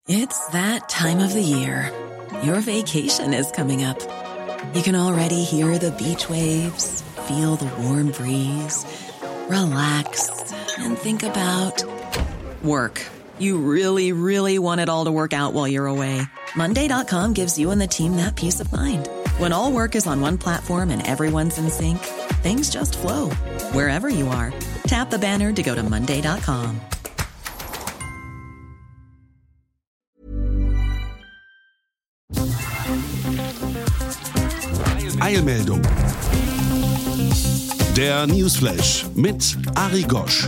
It's that time of the year. Your vacation is coming up. You can already hear the beach waves, feel the warm breeze, relax, and think about work. You really, really want it all to work out while you're away. Monday.com gives you and the team that peace of mind. When all work is on one platform and everyone's in sync, things just flow. Wherever you are, tap the banner to go to Monday.com. Eilmeldung. Der Newsflash mit Ari Gosch.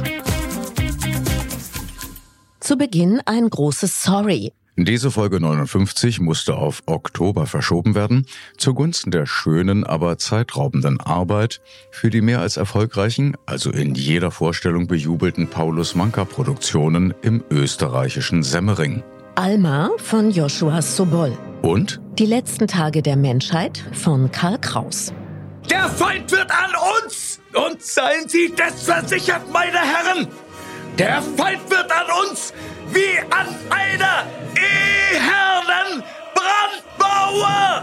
Zu Beginn ein großes Sorry. Diese Folge 59 musste auf Oktober verschoben werden, zugunsten der schönen, aber zeitraubenden Arbeit für die mehr als erfolgreichen, also in jeder Vorstellung bejubelten Paulus-Manka-Produktionen im österreichischen Semmering. Alma von Joshua Sobol. Und? Die letzten Tage der Menschheit von Karl Kraus. Der Feind wird an uns! Und seien Sie des versichert, meine Herren! Der Feind wird an uns wie an einer ehernen Brandmauer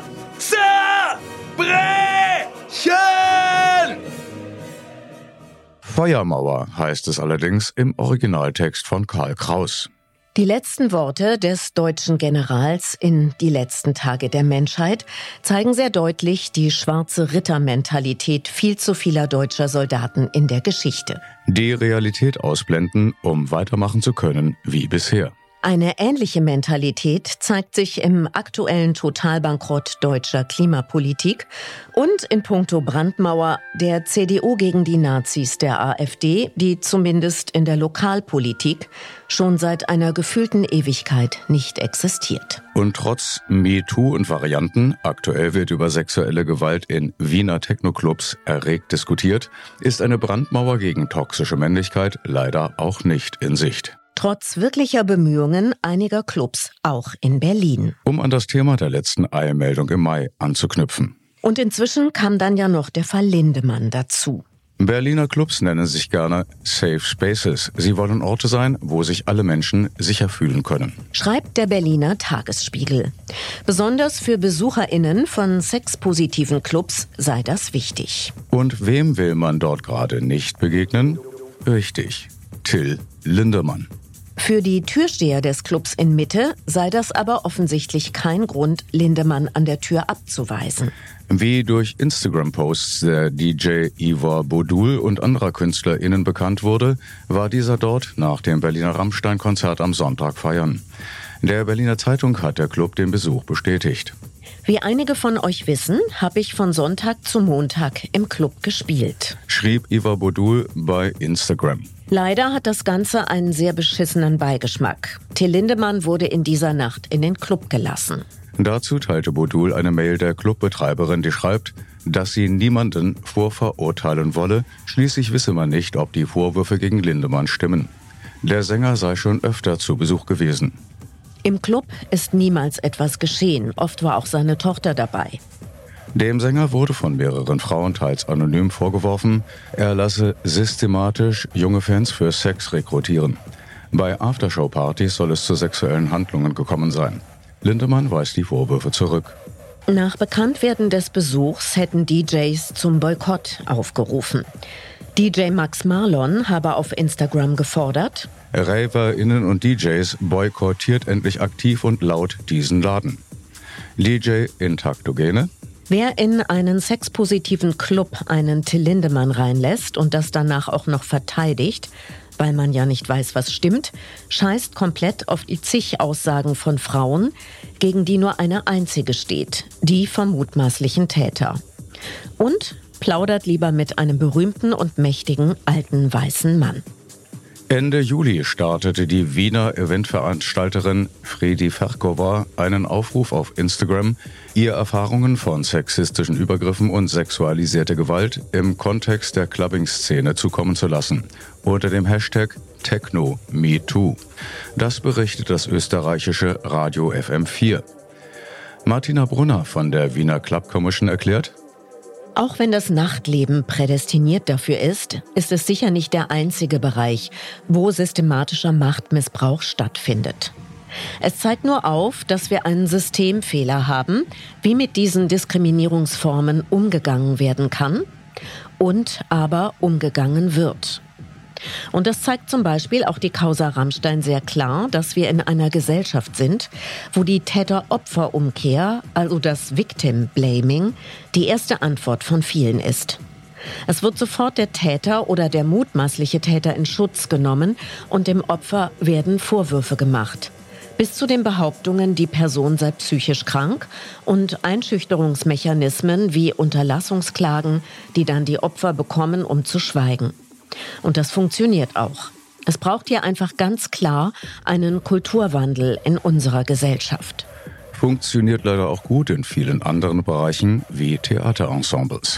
zerbrechen! Feuermauer heißt es allerdings im Originaltext von Karl Kraus. Die letzten Worte des deutschen Generals in Die letzten Tage der Menschheit zeigen sehr deutlich die schwarze Rittermentalität viel zu vieler deutscher Soldaten in der Geschichte. Die Realität ausblenden, um weitermachen zu können wie bisher. Eine ähnliche Mentalität zeigt sich im aktuellen Totalbankrott deutscher Klimapolitik und in puncto Brandmauer der CDU gegen die Nazis der AfD, die zumindest in der Lokalpolitik schon seit einer gefühlten Ewigkeit nicht existiert. Und trotz MeToo und Varianten, aktuell wird über sexuelle Gewalt in Wiener Techno-Clubs erregt diskutiert, ist eine Brandmauer gegen toxische Männlichkeit leider auch nicht in Sicht. Trotz wirklicher Bemühungen einiger Clubs, auch in Berlin. Um an das Thema der letzten Eilmeldung im Mai anzuknüpfen. Und inzwischen kam dann ja noch der Fall Lindemann dazu. Berliner Clubs nennen sich gerne Safe Spaces. Sie wollen Orte sein, wo sich alle Menschen sicher fühlen können. Schreibt der Berliner Tagesspiegel. Besonders für BesucherInnen von sexpositiven Clubs sei das wichtig. Und wem will man dort gerade nicht begegnen? Richtig, Till Lindemann. Für die Türsteher des Clubs in Mitte sei das aber offensichtlich kein Grund, Lindemann an der Tür abzuweisen. Wie durch Instagram-Posts der DJ Ivor Bodul und anderer KünstlerInnen bekannt wurde, war dieser dort nach dem Berliner Rammstein-Konzert am Sonntag feiern. Der Berliner Zeitung hat der Club den Besuch bestätigt. Wie einige von euch wissen, habe ich von Sonntag zu Montag im Club gespielt, schrieb Ivor Bodul bei Instagram. Leider hat das Ganze einen sehr beschissenen Beigeschmack. Till Lindemann wurde in dieser Nacht in den Club gelassen. Dazu teilte Bodul eine Mail der Clubbetreiberin, die schreibt, dass sie niemanden vorverurteilen wolle. Schließlich wisse man nicht, ob die Vorwürfe gegen Lindemann stimmen. Der Sänger sei schon öfter zu Besuch gewesen. Im Club ist niemals etwas geschehen. Oft war auch seine Tochter dabei. Dem Sänger wurde von mehreren Frauen teils anonym vorgeworfen, er lasse systematisch junge Fans für Sex rekrutieren. Bei Aftershow-Partys soll es zu sexuellen Handlungen gekommen sein. Lindemann weist die Vorwürfe zurück. Nach Bekanntwerden des Besuchs hätten DJs zum Boykott aufgerufen. DJ Max Marlon habe auf Instagram gefordert: RaverInnen und DJs boykottiert endlich aktiv und laut diesen Laden. DJ Intaktogene: Wer in einen sexpositiven Club einen Till Lindemann reinlässt und das danach auch noch verteidigt, weil man ja nicht weiß, was stimmt, scheißt komplett auf die zig Aussagen von Frauen, gegen die nur eine einzige steht, die vom mutmaßlichen Täter. Und plaudert lieber mit einem berühmten und mächtigen alten weißen Mann. Ende Juli startete die Wiener Eventveranstalterin Fredi Ferkova einen Aufruf auf Instagram, ihr Erfahrungen von sexistischen Übergriffen und sexualisierte Gewalt im Kontext der Clubbing-Szene zukommen zu lassen, unter dem Hashtag TechnoMeToo. Das berichtet das österreichische Radio FM4. Martina Brunner von der Wiener Club Commission erklärt: Auch wenn das Nachtleben prädestiniert dafür ist, ist es sicher nicht der einzige Bereich, wo systematischer Machtmissbrauch stattfindet. Es zeigt nur auf, dass wir einen Systemfehler haben, wie mit diesen Diskriminierungsformen umgegangen werden kann und aber umgegangen wird. Und das zeigt zum Beispiel auch die Causa Rammstein sehr klar, dass wir in einer Gesellschaft sind, wo die Täter-Opfer-Umkehr, also das Victim-Blaming, die erste Antwort von vielen ist. Es wird sofort der Täter oder der mutmaßliche Täter in Schutz genommen und dem Opfer werden Vorwürfe gemacht. Bis zu den Behauptungen, die Person sei psychisch krank und Einschüchterungsmechanismen wie Unterlassungsklagen, die dann die Opfer bekommen, um zu schweigen. Und das funktioniert auch. Es braucht hier einfach ganz klar einen Kulturwandel in unserer Gesellschaft. Funktioniert leider auch gut in vielen anderen Bereichen wie Theaterensembles.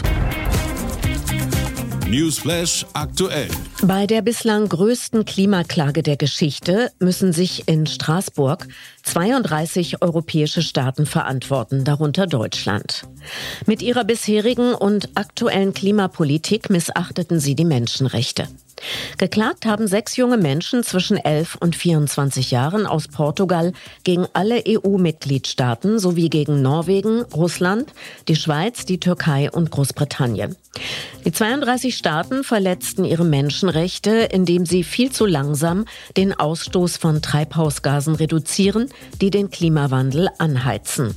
Newsflash aktuell. Bei der bislang größten Klimaklage der Geschichte müssen sich in Straßburg 32 europäische Staaten verantworten, darunter Deutschland. Mit ihrer bisherigen und aktuellen Klimapolitik missachteten sie die Menschenrechte. Geklagt haben 6 junge Menschen zwischen 11 und 24 Jahren aus Portugal gegen alle EU-Mitgliedstaaten sowie gegen Norwegen, Russland, die Schweiz, die Türkei und Großbritannien. Die 32 Staaten verletzten ihre Menschenrechte, indem sie viel zu langsam den Ausstoß von Treibhausgasen reduzieren, die den Klimawandel anheizen.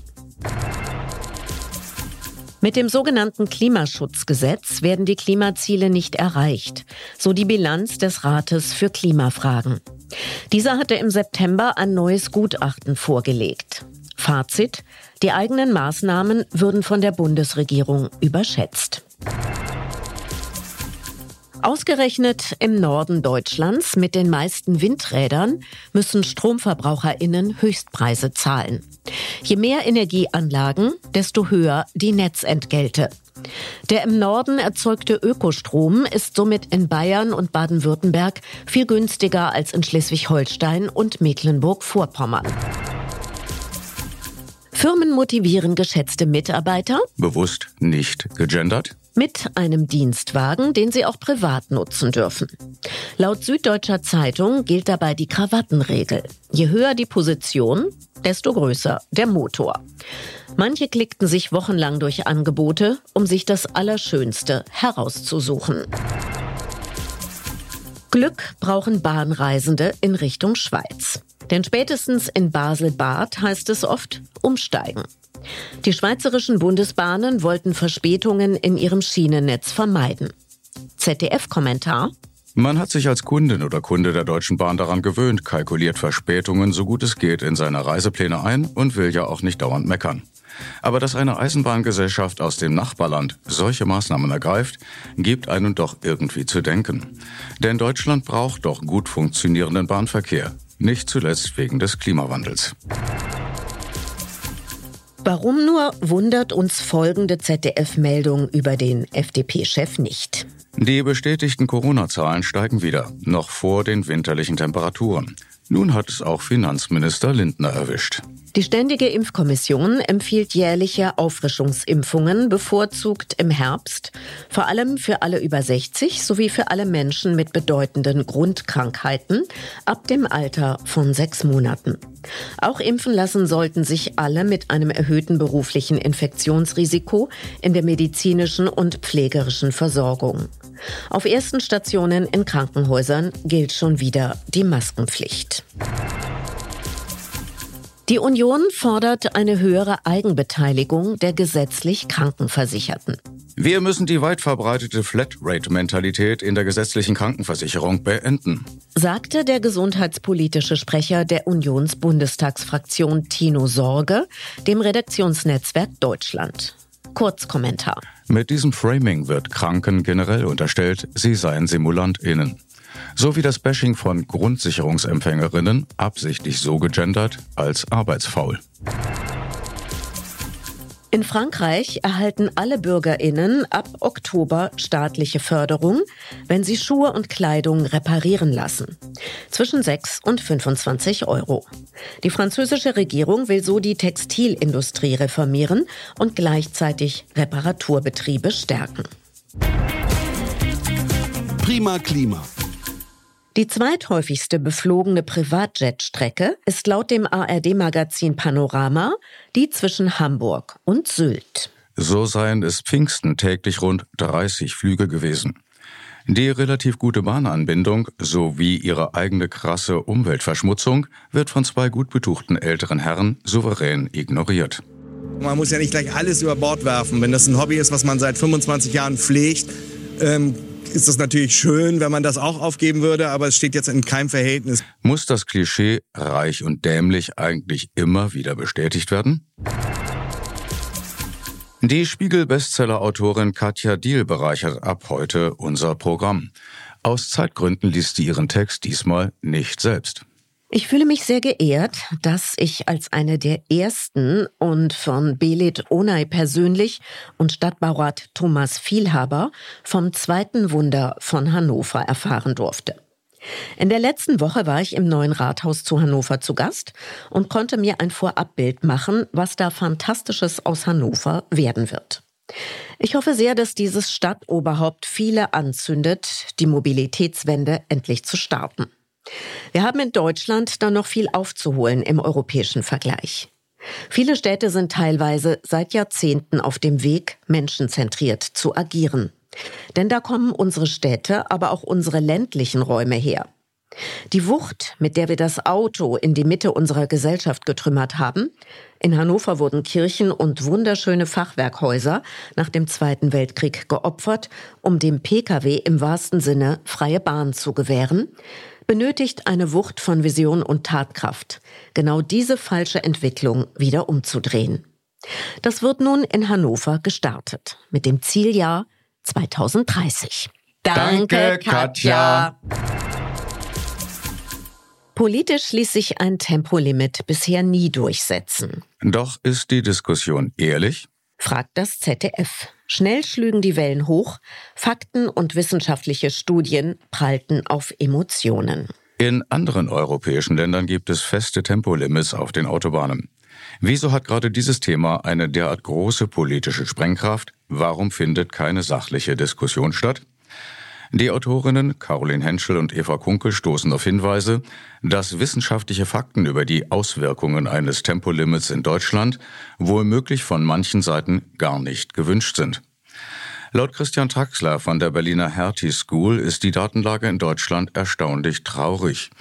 Mit dem sogenannten Klimaschutzgesetz werden die Klimaziele nicht erreicht, so die Bilanz des Rates für Klimafragen. Dieser hatte im September ein neues Gutachten vorgelegt. Fazit: Die eigenen Maßnahmen würden von der Bundesregierung überschätzt. Ausgerechnet im Norden Deutschlands mit den meisten Windrädern müssen StromverbraucherInnen Höchstpreise zahlen. Je mehr Energieanlagen, desto höher die Netzentgelte. Der im Norden erzeugte Ökostrom ist somit in Bayern und Baden-Württemberg viel günstiger als in Schleswig-Holstein und Mecklenburg-Vorpommern. Firmen motivieren geschätzte Mitarbeiter, Bewusst nicht gegendert. mit einem Dienstwagen, den sie auch privat nutzen dürfen. Laut Süddeutscher Zeitung gilt dabei die Krawattenregel. Je höher die Position, desto größer der Motor. Manche klickten sich wochenlang durch Angebote, um sich das Allerschönste herauszusuchen. Glück brauchen Bahnreisende in Richtung Schweiz. Denn spätestens in Basel-Bad heißt es oft umsteigen. Die schweizerischen Bundesbahnen wollten Verspätungen in ihrem Schienennetz vermeiden. ZDF-Kommentar: Man hat sich als Kundin oder Kunde der Deutschen Bahn daran gewöhnt, kalkuliert Verspätungen so gut es geht in seine Reisepläne ein und will ja auch nicht dauernd meckern. Aber dass eine Eisenbahngesellschaft aus dem Nachbarland solche Maßnahmen ergreift, gibt einem doch irgendwie zu denken. Denn Deutschland braucht doch gut funktionierenden Bahnverkehr, nicht zuletzt wegen des Klimawandels. Warum nur, wundert uns folgende ZDF-Meldung über den FDP-Chef nicht. Die bestätigten Corona-Zahlen steigen wieder, noch vor den winterlichen Temperaturen. Nun hat es auch Finanzminister Lindner erwischt. Die Ständige Impfkommission empfiehlt jährliche Auffrischungsimpfungen, bevorzugt im Herbst, vor allem für alle über 60 sowie für alle Menschen mit bedeutenden Grundkrankheiten ab dem Alter von 6 Monaten. Auch impfen lassen sollten sich alle mit einem erhöhten beruflichen Infektionsrisiko in der medizinischen und pflegerischen Versorgung. Auf ersten Stationen in Krankenhäusern gilt schon wieder die Maskenpflicht. Die Union fordert eine höhere Eigenbeteiligung der gesetzlich Krankenversicherten. Wir müssen die weit verbreitete Flatrate-Mentalität in der gesetzlichen Krankenversicherung beenden, sagte der gesundheitspolitische Sprecher der Unionsbundestagsfraktion Tino Sorge dem Redaktionsnetzwerk Deutschland. Kurzkommentar: Mit diesem Framing wird Kranken generell unterstellt, sie seien SimulantInnen. So wie das Bashing von Grundsicherungsempfängerinnen, absichtlich so gegendert als arbeitsfaul. In Frankreich erhalten alle BürgerInnen ab Oktober staatliche Förderung, wenn sie Schuhe und Kleidung reparieren lassen. Zwischen 6 und 25 €. Die französische Regierung will so die Textilindustrie reformieren und gleichzeitig Reparaturbetriebe stärken. Prima Klima. Die zweithäufigste beflogene Privatjet-Strecke ist laut dem ARD-Magazin Panorama die zwischen Hamburg und Sylt. So seien es Pfingsten täglich rund 30 Flüge gewesen. Die relativ gute Bahnanbindung sowie ihre eigene krasse Umweltverschmutzung wird von zwei gut betuchten älteren Herren souverän ignoriert. Man muss ja nicht gleich alles über Bord werfen. Wenn das ein Hobby ist, was man seit 25 Jahren pflegt, ist das natürlich schön, wenn man das auch aufgeben würde, aber es steht jetzt in keinem Verhältnis. Muss das Klischee reich und dämlich eigentlich immer wieder bestätigt werden? Die Spiegel-Bestseller-Autorin Katja Diehl bereichert ab heute unser Programm. Aus Zeitgründen liest sie ihren Text diesmal nicht selbst. Ich fühle mich sehr geehrt, dass ich als eine der ersten und von Belit Onay persönlich und Stadtbaurat Thomas Vielhaber vom zweiten Wunder von Hannover erfahren durfte. In der letzten Woche war ich im neuen Rathaus zu Hannover zu Gast und konnte mir ein Vorabbild machen, was da Fantastisches aus Hannover werden wird. Ich hoffe sehr, dass dieses Stadtoberhaupt viele anzündet, die Mobilitätswende endlich zu starten. Wir haben in Deutschland dann noch viel aufzuholen im europäischen Vergleich. Viele Städte sind teilweise seit Jahrzehnten auf dem Weg, menschenzentriert zu agieren. Denn da kommen unsere Städte, aber auch unsere ländlichen Räume her. Die Wucht, mit der wir das Auto in die Mitte unserer Gesellschaft getrümmert haben. In Hannover wurden Kirchen und wunderschöne Fachwerkhäuser nach dem Zweiten Weltkrieg geopfert, um dem Pkw im wahrsten Sinne freie Bahn zu gewähren, benötigt eine Wucht von Vision und Tatkraft, genau diese falsche Entwicklung wieder umzudrehen. Das wird nun in Hannover gestartet, mit dem Zieljahr 2030. Danke, Katja. Politisch ließ sich ein Tempolimit bisher nie durchsetzen. Doch ist die Diskussion ehrlich? Fragt das ZDF. Schnell schlügen die Wellen hoch, Fakten und wissenschaftliche Studien prallten auf Emotionen. In anderen europäischen Ländern gibt es feste Tempolimits auf den Autobahnen. Wieso hat gerade dieses Thema eine derart große politische Sprengkraft? Warum findet keine sachliche Diskussion statt? Die Autorinnen Caroline Henschel und Eva Kunkel stoßen auf Hinweise, dass wissenschaftliche Fakten über die Auswirkungen eines Tempolimits in Deutschland womöglich von manchen Seiten gar nicht gewünscht sind. Laut Christian Traxler von der Berliner Hertie School ist die Datenlage in Deutschland erstaunlich traurig.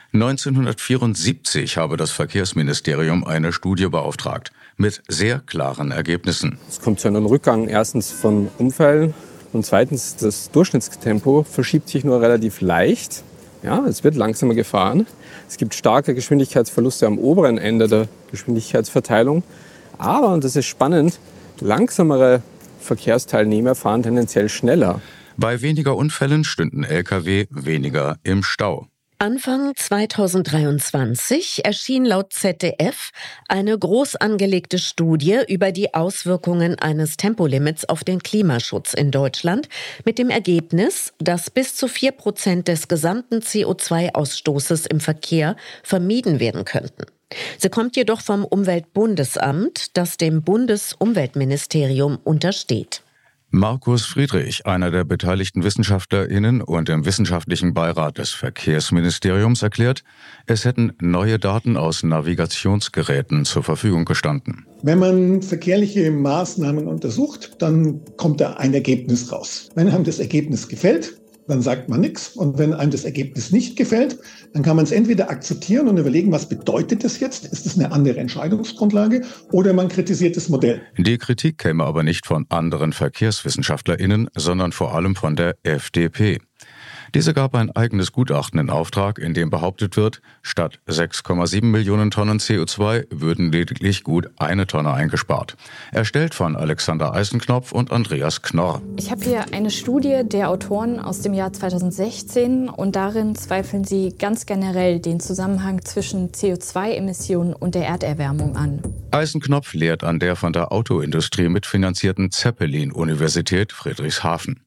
1974 habe das Verkehrsministerium eine Studie beauftragt, mit sehr klaren Ergebnissen. Es kommt zu einem Rückgang erstens von Unfällen und zweitens das Durchschnittstempo verschiebt sich nur relativ leicht. Ja, es wird langsamer gefahren. Es gibt starke Geschwindigkeitsverluste am oberen Ende der Geschwindigkeitsverteilung. Aber, und das ist spannend, langsamere Verkehrsteilnehmer fahren tendenziell schneller. Bei weniger Unfällen stünden Lkw weniger im Stau. Anfang 2023 erschien laut ZDF eine groß angelegte Studie über die Auswirkungen eines Tempolimits auf den Klimaschutz in Deutschland mit dem Ergebnis, dass bis zu 4% des gesamten CO2-Ausstoßes im Verkehr vermieden werden könnten. Sie kommt jedoch vom Umweltbundesamt, das dem Bundesumweltministerium untersteht. Markus Friedrich, einer der beteiligten WissenschaftlerInnen und im wissenschaftlichen Beirat des Verkehrsministeriums, erklärt, es hätten neue Daten aus Navigationsgeräten zur Verfügung gestanden. Wenn man verkehrliche Maßnahmen untersucht, dann kommt da ein Ergebnis raus. Wenn einem das Ergebnis gefällt, dann sagt man nichts. Und wenn einem das Ergebnis nicht gefällt, dann kann man es entweder akzeptieren und überlegen, was bedeutet das jetzt? Ist es eine andere Entscheidungsgrundlage? Oder man kritisiert das Modell. Die Kritik käme aber nicht von anderen VerkehrswissenschaftlerInnen, sondern vor allem von der FDP. Diese gab ein eigenes Gutachten in Auftrag, in dem behauptet wird, statt 6,7 Millionen Tonnen CO2 würden lediglich gut 1 Tonne eingespart. Erstellt von Alexander Eisenknopf und Andreas Knorr. Ich habe hier eine Studie der Autoren aus dem Jahr 2016 und darin zweifeln sie ganz generell den Zusammenhang zwischen CO2-Emissionen und der Erderwärmung an. Eisenknopf lehrt an der von der Autoindustrie mitfinanzierten Zeppelin-Universität Friedrichshafen.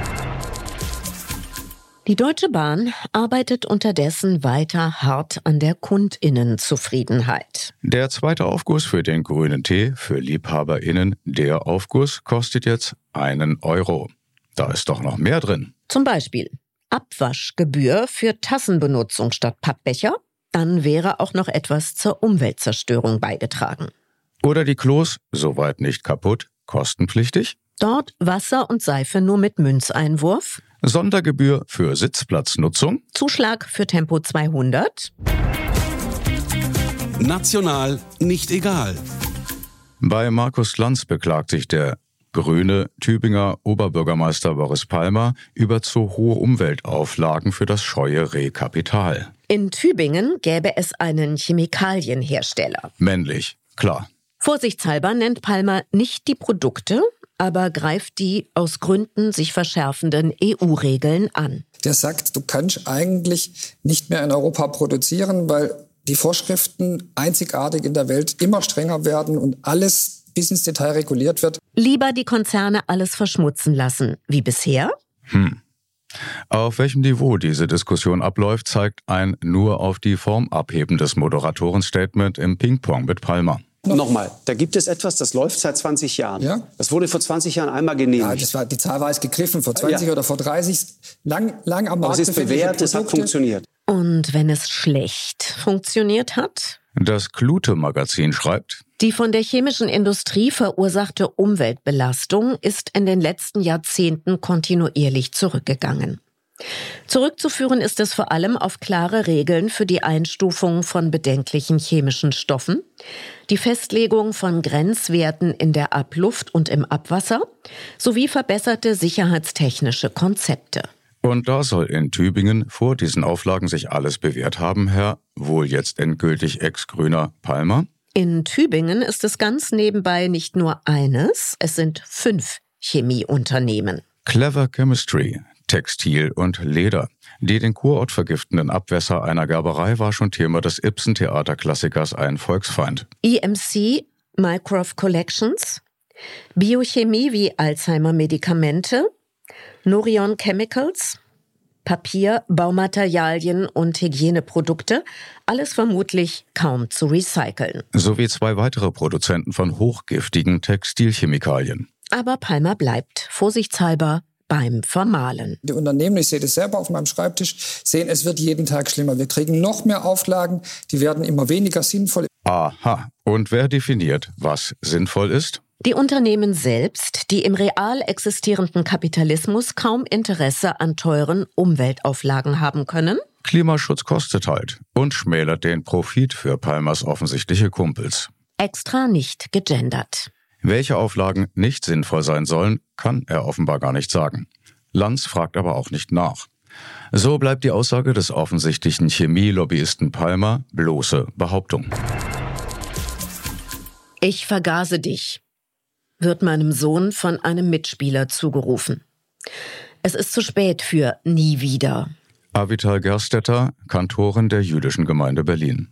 Die Deutsche Bahn arbeitet unterdessen weiter hart an der KundInnenzufriedenheit. Der zweite Aufguss für den grünen Tee für LiebhaberInnen, der Aufguss kostet jetzt 1 Euro. Da ist doch noch mehr drin. Zum Beispiel Abwaschgebühr für Tassenbenutzung statt Pappbecher. Dann wäre auch noch etwas zur Umweltzerstörung beigetragen. Oder die Klos, soweit nicht kaputt, kostenpflichtig. Dort Wasser und Seife nur mit Münzeinwurf. Sondergebühr für Sitzplatznutzung. Zuschlag für Tempo 200. National nicht egal. Bei Markus Lanz beklagt sich der grüne Tübinger Oberbürgermeister Boris Palmer über zu hohe Umweltauflagen für das scheue Rehkapital. In Tübingen gäbe es einen Chemikalienhersteller. Männlich, klar. Vorsichtshalber nennt Palmer nicht die Produkte, aber greift die aus Gründen sich verschärfenden EU-Regeln an. Der sagt, du kannst eigentlich nicht mehr in Europa produzieren, weil die Vorschriften einzigartig in der Welt immer strenger werden und alles bis ins Detail reguliert wird. Lieber die Konzerne alles verschmutzen lassen, wie bisher? Auf welchem Niveau diese Diskussion abläuft, zeigt ein nur auf die Form abhebendes Moderatorenstatement im Ping-Pong mit Palmer. Nochmal, da gibt es etwas, das läuft seit 20 Jahren. Ja? Das wurde vor 20 Jahren einmal genehmigt. Ja, die Zahl war jetzt gegriffen, vor 20 oder vor 30, lang am Markt. Aber es ist bewährt, es hat funktioniert. Und wenn es schlecht funktioniert hat? Das Klute-Magazin schreibt: Die von der chemischen Industrie verursachte Umweltbelastung ist in den letzten Jahrzehnten kontinuierlich zurückgegangen. Zurückzuführen ist es vor allem auf klare Regeln für die Einstufung von bedenklichen chemischen Stoffen, die Festlegung von Grenzwerten in der Abluft und im Abwasser sowie verbesserte sicherheitstechnische Konzepte. Und da soll in Tübingen vor diesen Auflagen sich alles bewährt haben, Herr, wohl jetzt endgültig Ex-Grüner Palmer? In Tübingen ist es ganz nebenbei nicht nur eines, es sind 5 Chemieunternehmen. Clever Chemistry, Textil und Leder. Die den Kurort vergiftenden Abwässer einer Gerberei war schon Thema des Ibsen-Theaterklassikers Ein Volksfeind. EMC, Mycroft Collections, Biochemie wie Alzheimer-Medikamente, Norion Chemicals, Papier, Baumaterialien und Hygieneprodukte, alles vermutlich kaum zu recyceln. Sowie 2 weitere Produzenten von hochgiftigen Textilchemikalien. Aber Palmer bleibt vorsichtshalber beim Vermahlen. Die Unternehmen, ich sehe das selber auf meinem Schreibtisch, sehen, es wird jeden Tag schlimmer. Wir kriegen noch mehr Auflagen, die werden immer weniger sinnvoll. Aha, und wer definiert, was sinnvoll ist? Die Unternehmen selbst, die im real existierenden Kapitalismus kaum Interesse an teuren Umweltauflagen haben können. Klimaschutz kostet halt und schmälert den Profit für Palmers offensichtliche Kumpels. Extra nicht gegendert. Welche Auflagen nicht sinnvoll sein sollen, kann er offenbar gar nicht sagen. Lanz fragt aber auch nicht nach. So bleibt die Aussage des offensichtlichen Chemielobbyisten Palmer bloße Behauptung. Ich vergase dich, wird meinem Sohn von einem Mitspieler zugerufen. Es ist zu spät für nie wieder. Avital Gerstetter, Kantorin der Jüdischen Gemeinde Berlin.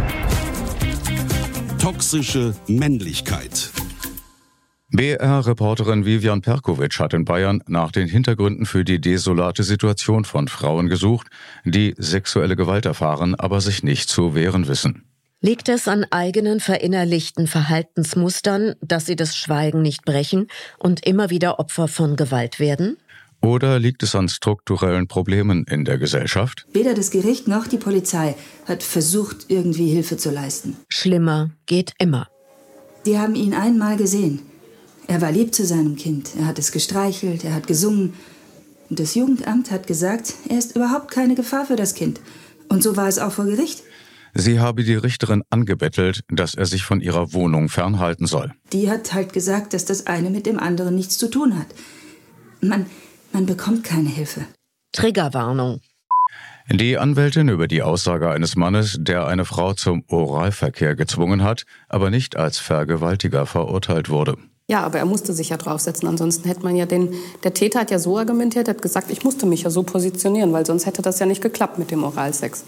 Toxische Männlichkeit. BR-Reporterin Vivian Perkovic hat in Bayern nach den Hintergründen für die desolate Situation von Frauen gesucht, die sexuelle Gewalt erfahren, aber sich nicht zu wehren wissen. Liegt es an eigenen verinnerlichten Verhaltensmustern, dass sie das Schweigen nicht brechen und immer wieder Opfer von Gewalt werden? Oder liegt es an strukturellen Problemen in der Gesellschaft? Weder das Gericht noch die Polizei hat versucht, irgendwie Hilfe zu leisten. Schlimmer geht immer. Die haben ihn einmal gesehen. Er war lieb zu seinem Kind. Er hat es gestreichelt, er hat gesungen. Und das Jugendamt hat gesagt, er ist überhaupt keine Gefahr für das Kind. Und so war es auch vor Gericht. Sie habe die Richterin angebettelt, dass er sich von ihrer Wohnung fernhalten soll. Die hat halt gesagt, dass das eine mit dem anderen nichts zu tun hat. Man bekommt keine Hilfe. Triggerwarnung. Die Anwältin über die Aussage eines Mannes, der eine Frau zum Oralverkehr gezwungen hat, aber nicht als Vergewaltiger verurteilt wurde. Ja, aber er musste sich ja draufsetzen. Ansonsten hätte man ja der Täter hat ja so argumentiert, hat gesagt, ich musste mich ja so positionieren, weil sonst hätte das ja nicht geklappt mit dem Oralsex.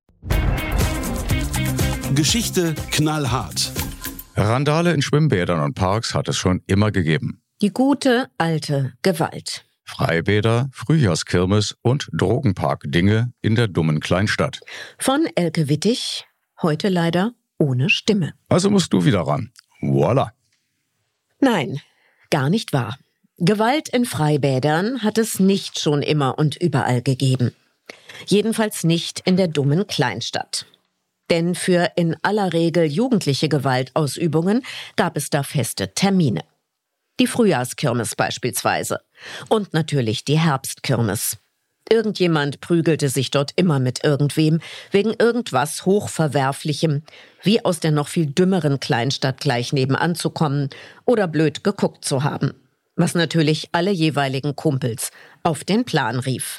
Geschichte knallhart. Randale in Schwimmbädern und Parks hat es schon immer gegeben. Die gute alte Gewalt. Freibäder, Frühjahrskirmes und Drogenpark-Dinge in der dummen Kleinstadt. Von Elke Wittig, heute leider ohne Stimme. Also musst du wieder ran. Voila. Nein, gar nicht wahr. Gewalt in Freibädern hat es nicht schon immer und überall gegeben. Jedenfalls nicht in der dummen Kleinstadt. Denn für in aller Regel jugendliche Gewaltausübungen gab es da feste Termine. Die Frühjahrskirmes beispielsweise. Und natürlich die Herbstkirmes. Irgendjemand prügelte sich dort immer mit irgendwem, wegen irgendwas Hochverwerflichem, wie aus der noch viel dümmeren Kleinstadt gleich nebenan zu kommen oder blöd geguckt zu haben. Was natürlich alle jeweiligen Kumpels auf den Plan rief.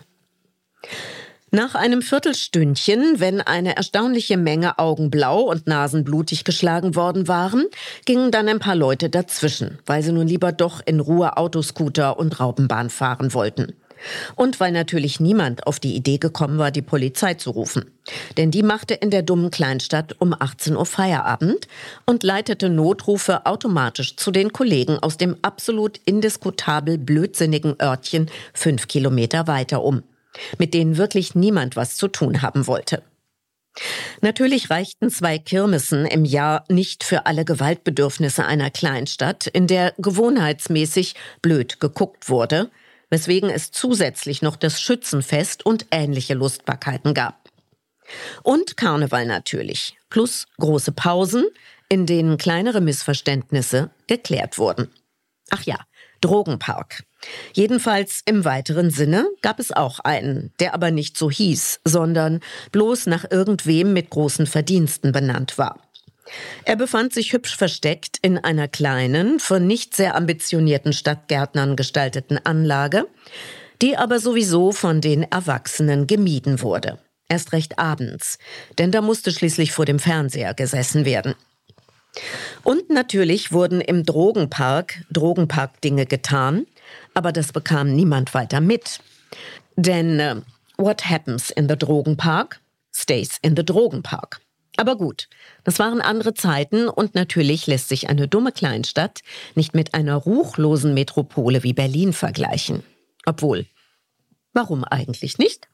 Nach einem Viertelstündchen, wenn eine erstaunliche Menge Augen blau und Nasen blutig geschlagen worden waren, gingen dann ein paar Leute dazwischen, weil sie nun lieber doch in Ruhe Autoscooter und Raupenbahn fahren wollten. Und weil natürlich niemand auf die Idee gekommen war, die Polizei zu rufen. Denn die machte in der dummen Kleinstadt um 18 Uhr Feierabend und leitete Notrufe automatisch zu den Kollegen aus dem absolut indiskutabel blödsinnigen Örtchen 5 Kilometer weiter um, mit denen wirklich niemand was zu tun haben wollte. Natürlich reichten 2 Kirmesen im Jahr nicht für alle Gewaltbedürfnisse einer Kleinstadt, in der gewohnheitsmäßig blöd geguckt wurde, weswegen es zusätzlich noch das Schützenfest und ähnliche Lustbarkeiten gab. Und Karneval natürlich, plus große Pausen, in denen kleinere Missverständnisse geklärt wurden. Ach ja, Drogenpark. Jedenfalls im weiteren Sinne gab es auch einen, der aber nicht so hieß, sondern bloß nach irgendwem mit großen Verdiensten benannt war. Er befand sich hübsch versteckt in einer kleinen, von nicht sehr ambitionierten Stadtgärtnern gestalteten Anlage, die aber sowieso von den Erwachsenen gemieden wurde. Erst recht abends, denn da musste schließlich vor dem Fernseher gesessen werden. Und natürlich wurden im Drogenpark-Dinge getan, aber das bekam niemand weiter mit. Denn what happens in the Drogenpark stays in the Drogenpark. Aber gut, das waren andere Zeiten und natürlich lässt sich eine dumme Kleinstadt nicht mit einer ruchlosen Metropole wie Berlin vergleichen. Obwohl, warum eigentlich nicht?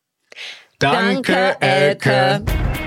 Danke, Elke.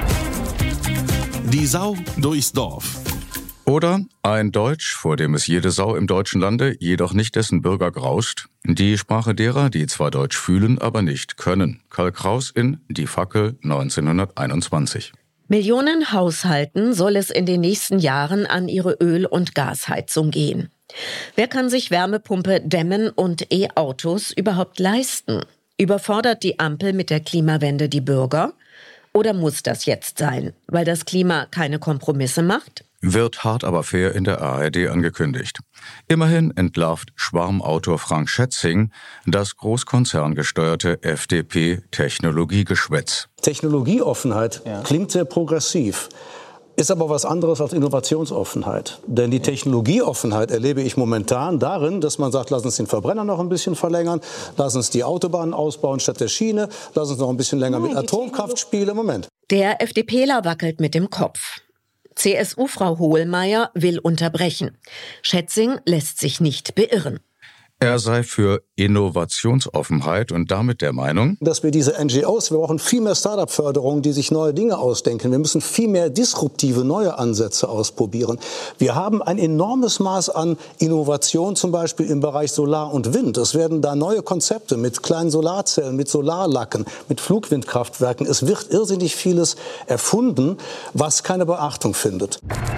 Die Sau durchs Dorf. Oder ein Deutsch, vor dem es jede Sau im deutschen Lande, jedoch nicht dessen Bürger grauscht. Die Sprache derer, die zwar Deutsch fühlen, aber nicht können. Karl Kraus in Die Fackel 1921. Millionen Haushalten soll es in den nächsten Jahren an ihre Öl- und Gasheizung gehen. Wer kann sich Wärmepumpe, Dämmen und E-Autos überhaupt leisten? Überfordert die Ampel mit der Klimawende die Bürger? Oder muss das jetzt sein, weil das Klima keine Kompromisse macht? Wird hart aber fair in der ARD angekündigt. Immerhin entlarvt Schwarmautor Frank Schätzing das großkonzerngesteuerte FDP-Technologiegeschwätz. Technologieoffenheit klingt sehr progressiv, ist aber was anderes als Innovationsoffenheit. Denn die Technologieoffenheit erlebe ich momentan darin, dass man sagt, lass uns den Verbrenner noch ein bisschen verlängern, lass uns die Autobahnen ausbauen statt der Schiene, lass uns noch ein bisschen länger mit Atomkraft spielen. Moment. Der FDPler wackelt mit dem Kopf. CSU-Frau Hohlmeier will unterbrechen. Schätzing lässt sich nicht beirren. Er sei für Innovationsoffenheit und damit der Meinung, dass wir diese NGOs, wir brauchen viel mehr Start-up-Förderung, die sich neue Dinge ausdenken. Wir müssen viel mehr disruptive neue Ansätze ausprobieren. Wir haben ein enormes Maß an Innovation, zum Beispiel im Bereich Solar und Wind. Es werden da neue Konzepte mit kleinen Solarzellen, mit Solarlacken, mit Flugwindkraftwerken. Es wird irrsinnig vieles erfunden, was keine Beachtung findet.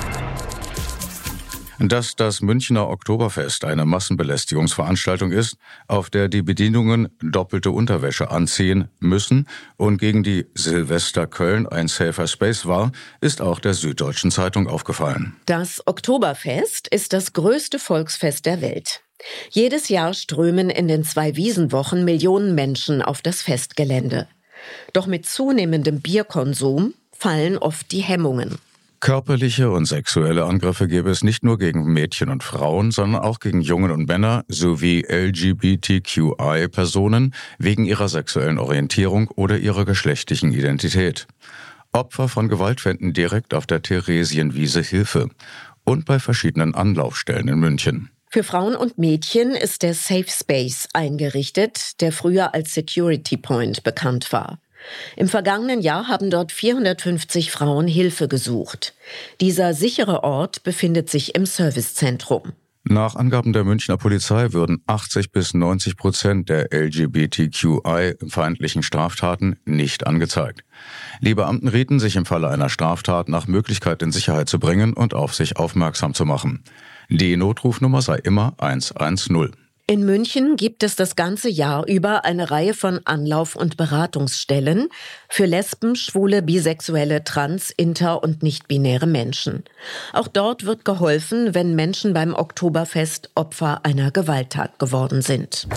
Dass das Münchner Oktoberfest eine Massenbelästigungsveranstaltung ist, auf der die Bedienungen doppelte Unterwäsche anziehen müssen und gegen die Silvester Köln ein safer Space war, ist auch der Süddeutschen Zeitung aufgefallen. Das Oktoberfest ist das größte Volksfest der Welt. Jedes Jahr strömen in den 2 Wiesenwochen Millionen Menschen auf das Festgelände. Doch mit zunehmendem Bierkonsum fallen oft die Hemmungen. Körperliche und sexuelle Angriffe gäbe es nicht nur gegen Mädchen und Frauen, sondern auch gegen Jungen und Männer sowie LGBTQI-Personen wegen ihrer sexuellen Orientierung oder ihrer geschlechtlichen Identität. Opfer von Gewalt fänden direkt auf der Theresienwiese Hilfe und bei verschiedenen Anlaufstellen in München. Für Frauen und Mädchen ist der Safe Space eingerichtet, der früher als Security Point bekannt war. Im vergangenen Jahr haben dort 450 Frauen Hilfe gesucht. Dieser sichere Ort befindet sich im Servicezentrum. Nach Angaben der Münchner Polizei würden 80-90% der LGBTQI-feindlichen Straftaten nicht angezeigt. Die Beamten rieten, sich im Falle einer Straftat nach Möglichkeit in Sicherheit zu bringen und auf sich aufmerksam zu machen. Die Notrufnummer sei immer 110. In München gibt es das ganze Jahr über eine Reihe von Anlauf- und Beratungsstellen für Lesben, Schwule, Bisexuelle, Trans-, Inter- und nicht-binäre Menschen. Auch dort wird geholfen, wenn Menschen beim Oktoberfest Opfer einer Gewalttat geworden sind.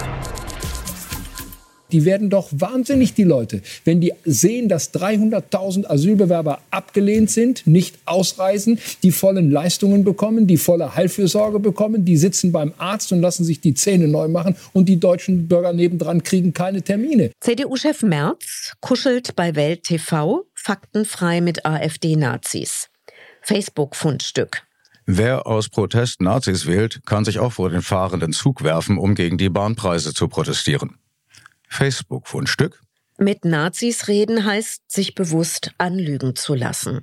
Die werden doch wahnsinnig, die Leute, wenn die sehen, dass 300.000 Asylbewerber abgelehnt sind, nicht ausreisen, die vollen Leistungen bekommen, die volle Heilfürsorge bekommen, die sitzen beim Arzt und lassen sich die Zähne neu machen und die deutschen Bürger nebendran kriegen keine Termine. CDU-Chef Merz kuschelt bei Welt TV faktenfrei mit AfD-Nazis. Facebook-Fundstück. Wer aus Protest Nazis wählt, kann sich auch vor den fahrenden Zug werfen, um gegen die Bahnpreise zu protestieren. Facebook-Fundstück. Mit Nazis reden heißt, sich bewusst anlügen zu lassen.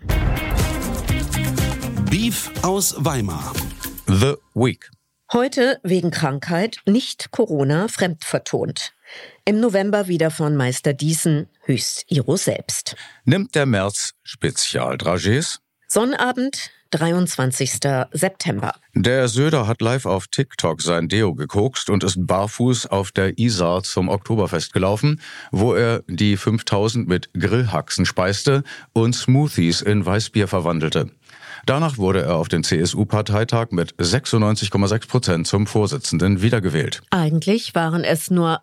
Beef aus Weimar. The Week. Heute wegen Krankheit, nicht Corona, fremdvertont. Im November wieder von Meister Diessen, höchst Iro selbst. Nimmt der Merz Spezialdragés? Sonnabend, 23. September. Der Söder hat live auf TikTok sein Deo gekokst und ist barfuß auf der Isar zum Oktoberfest gelaufen, wo er die 5000 mit Grillhaxen speiste und Smoothies in Weißbier verwandelte. Danach wurde er auf dem CSU-Parteitag mit 96,6% zum Vorsitzenden wiedergewählt. Eigentlich waren es nur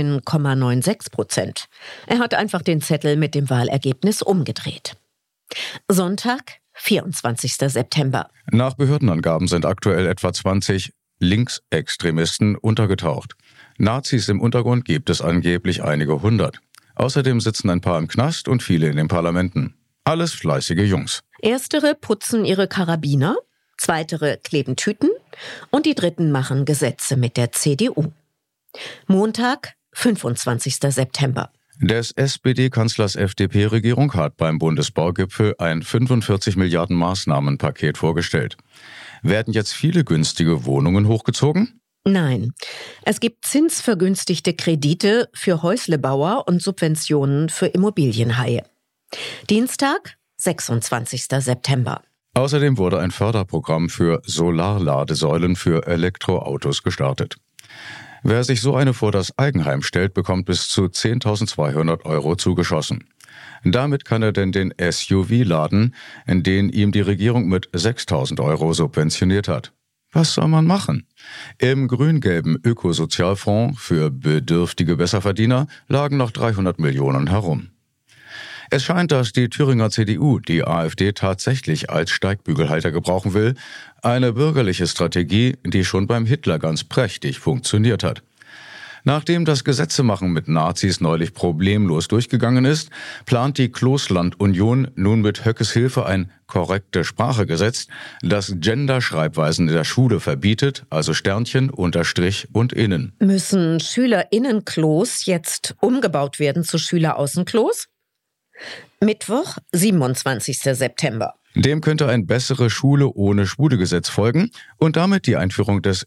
9,96%. Er hat einfach den Zettel mit dem Wahlergebnis umgedreht. Sonntag, 24. September. Nach Behördenangaben sind aktuell etwa 20 Linksextremisten untergetaucht. Nazis im Untergrund gibt es angeblich einige hundert. Außerdem sitzen ein paar im Knast und viele in den Parlamenten. Alles fleißige Jungs. Erstere putzen ihre Karabiner, zweitere kleben Tüten und die dritten machen Gesetze mit der CDU. Montag, 25. September. Des SPD-Kanzlers FDP-Regierung hat beim Bundesbaugipfel ein 45 Milliarden Maßnahmenpaket vorgestellt. Werden jetzt viele günstige Wohnungen hochgezogen? Nein. Es gibt zinsvergünstigte Kredite für Häuslebauer und Subventionen für Immobilienhaie. Dienstag, 26. September. Außerdem wurde ein Förderprogramm für Solarladesäulen für Elektroautos gestartet. Wer sich so eine vor das Eigenheim stellt, bekommt bis zu 10.200 € zugeschossen. Damit kann er denn den SUV laden, in den ihm die Regierung mit 6.000 € subventioniert hat. Was soll man machen? Im grün-gelben Ökosozialfonds für bedürftige Besserverdiener lagen noch 300 Millionen herum. Es scheint, dass die Thüringer CDU die AfD tatsächlich als Steigbügelhalter gebrauchen will. Eine bürgerliche Strategie, die schon beim Hitler ganz prächtig funktioniert hat. Nachdem das Gesetzemachen mit Nazis neulich problemlos durchgegangen ist, plant die Kloßland-Union nun mit Höckes Hilfe ein korrekte Sprachegesetz, das Gender-Schreibweisen in der Schule verbietet, also Sternchen, Unterstrich und Innen. Müssen SchülerInnenklos jetzt umgebaut werden zu SchülerAußenklos? Mittwoch, 27. September. Dem könnte ein bessere Schule ohne Schwule-Gesetz folgen und damit die Einführung des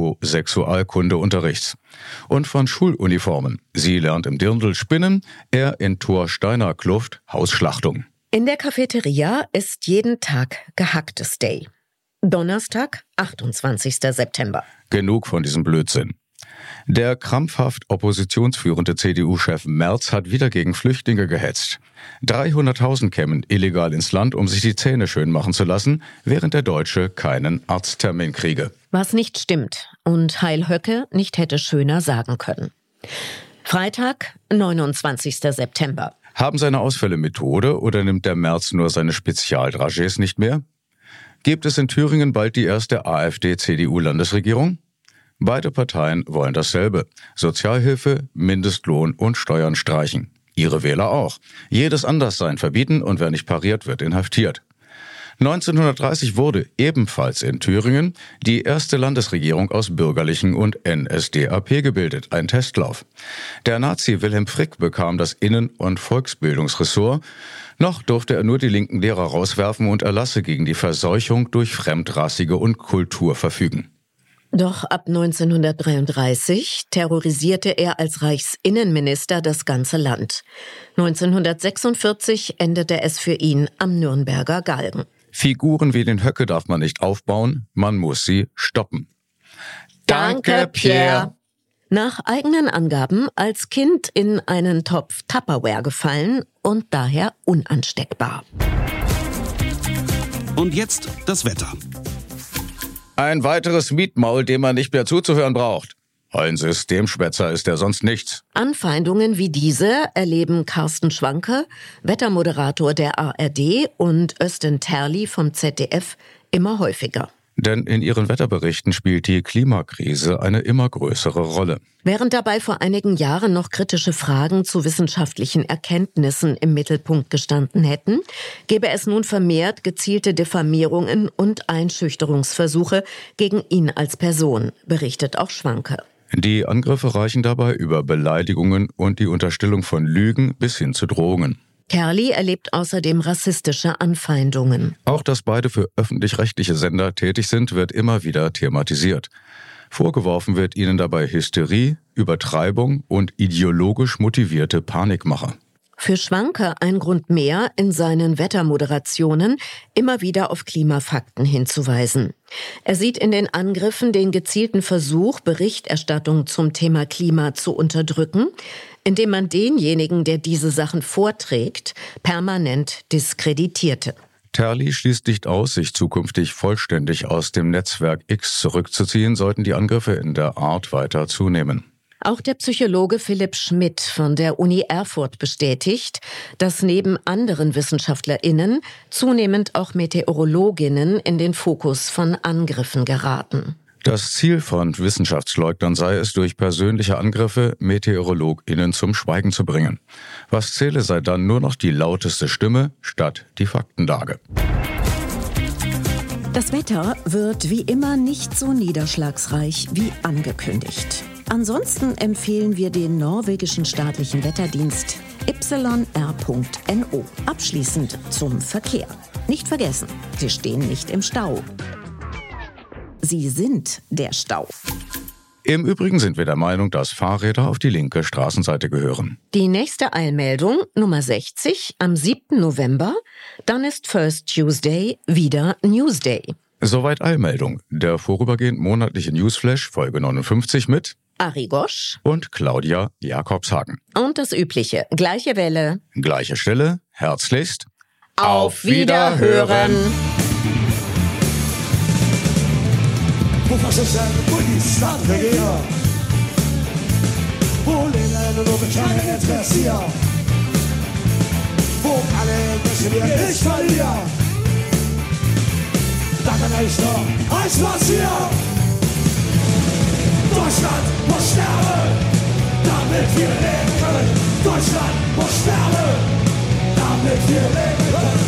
Heterosexualkundeunterrichts. Und von Schuluniformen. Sie lernt im Dirndl Spinnen, er in Thor-Steiner Kluft Hausschlachtung. In der Cafeteria ist jeden Tag Gehacktes Day. Donnerstag, 28. September. Genug von diesem Blödsinn. Der krampfhaft oppositionsführende CDU-Chef Merz hat wieder gegen Flüchtlinge gehetzt. 300.000 kämen illegal ins Land, um sich die Zähne schön machen zu lassen, während der Deutsche keinen Arzttermin kriege. Was nicht stimmt und Heil Höcke nicht hätte schöner sagen können. Freitag, 29. September. Haben seine Ausfälle Methode oder nimmt der Merz nur seine Spezialdragés nicht mehr? Gibt es in Thüringen bald die erste AfD-CDU-Landesregierung? Beide Parteien wollen dasselbe. Sozialhilfe, Mindestlohn und Steuern streichen. Ihre Wähler auch. Jedes Anderssein verbieten und wer nicht pariert, wird inhaftiert. 1930 wurde ebenfalls in Thüringen die erste Landesregierung aus Bürgerlichen und NSDAP gebildet, ein Testlauf. Der Nazi Wilhelm Frick bekam das Innen- und Volksbildungsressort. Noch durfte er nur die linken Lehrer rauswerfen und Erlasse gegen die Verseuchung durch Fremdrassige und Kultur verfügen. Doch ab 1933 terrorisierte er als Reichsinnenminister das ganze Land. 1946 endete es für ihn am Nürnberger Galgen. Figuren wie den Höcke darf man nicht aufbauen, man muss sie stoppen. Danke, Pierre. Nach eigenen Angaben als Kind in einen Topf Tupperware gefallen und daher unansteckbar. Und jetzt das Wetter. Ein weiteres Mietmaul, dem man nicht mehr zuzuhören braucht. Ein Systemschwätzer ist er sonst nichts. Anfeindungen wie diese erleben Carsten Schwanke, Wettermoderator der ARD, und Özden Terli vom ZDF immer häufiger. Denn in ihren Wetterberichten spielt die Klimakrise eine immer größere Rolle. Während dabei vor einigen Jahren noch kritische Fragen zu wissenschaftlichen Erkenntnissen im Mittelpunkt gestanden hätten, gäbe es nun vermehrt gezielte Diffamierungen und Einschüchterungsversuche gegen ihn als Person, berichtet auch Schwanke. Die Angriffe reichen dabei über Beleidigungen und die Unterstellung von Lügen bis hin zu Drohungen. Terli erlebt außerdem rassistische Anfeindungen. Auch dass beide für öffentlich-rechtliche Sender tätig sind, wird immer wieder thematisiert. Vorgeworfen wird ihnen dabei Hysterie, Übertreibung und ideologisch motivierte Panikmache. Für Schwanke ein Grund mehr, in seinen Wettermoderationen immer wieder auf Klimafakten hinzuweisen. Er sieht in den Angriffen den gezielten Versuch, Berichterstattung zum Thema Klima zu unterdrücken, indem man denjenigen, der diese Sachen vorträgt, permanent diskreditierte. Terli schließt nicht aus, sich zukünftig vollständig aus dem Netzwerk X zurückzuziehen, sollten die Angriffe in der Art weiter zunehmen. Auch der Psychologe Philipp Schmidt von der Uni Erfurt bestätigt, dass neben anderen WissenschaftlerInnen zunehmend auch Meteorologinnen in den Fokus von Angriffen geraten. Das Ziel von Wissenschaftsleugnern sei es, durch persönliche Angriffe MeteorologInnen zum Schweigen zu bringen. Was zähle, sei dann nur noch die lauteste Stimme statt die Faktenlage. Das Wetter wird wie immer nicht so niederschlagsreich wie angekündigt. Ansonsten empfehlen wir den norwegischen staatlichen Wetterdienst yr.no. Abschließend zum Verkehr. Nicht vergessen, Sie stehen nicht im Stau. Sie sind der Stau. Im Übrigen sind wir der Meinung, dass Fahrräder auf die linke Straßenseite gehören. Die nächste Eilmeldung, Nummer 60, am 7. November. Dann ist First Tuesday wieder Newsday. Soweit Eilmeldung. Der vorübergehend monatliche Newsflash, Folge 59 mit Ari Gosch und Claudia Jakobshagen. Und das Übliche, gleiche Welle, gleiche Stelle, herzlichst auf Wiederhören. Hvor fascismen polisstaten regerer. Hvor lederne og beklagerne tresier. Hvor alle engasjementer ikke fallier. Da kan jeg stå, Eismassier. Deutschland muss sterben, damit wir leben können. Deutschland muss sterben, damit wir leben können.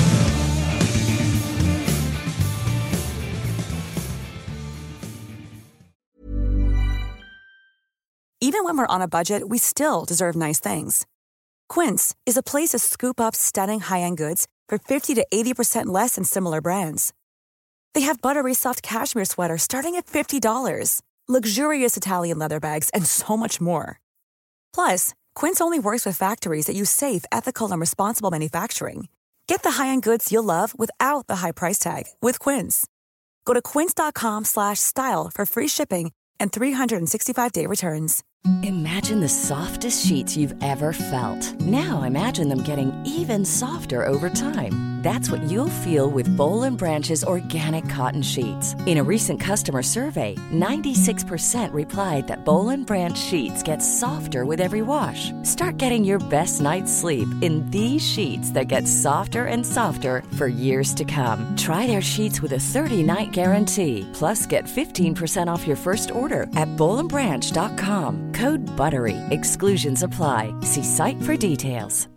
Even when we're on a budget, we still deserve nice things. Quince is a place to scoop up stunning high-end goods for 50 to 80% less than similar brands. They have buttery soft cashmere sweaters starting at $50, luxurious Italian leather bags, and so much more. Plus, Quince only works with factories that use safe, ethical, and responsible manufacturing. Get the high-end goods you'll love without the high price tag with Quince. Go to quince.com/style for free shipping and 365-day returns. Imagine the softest sheets you've ever felt. Now imagine them getting even softer over time. That's what you'll feel with Boll & Branch's organic cotton sheets. In a recent customer survey, 96% replied that Boll & Branch sheets get softer with every wash. Start getting your best night's sleep in these sheets that get softer and softer for years to come. Try their sheets with a 30-night guarantee. Plus, get 15% off your first order at bollandbranch.com. Code BUTTERY. Exclusions apply. See site for details.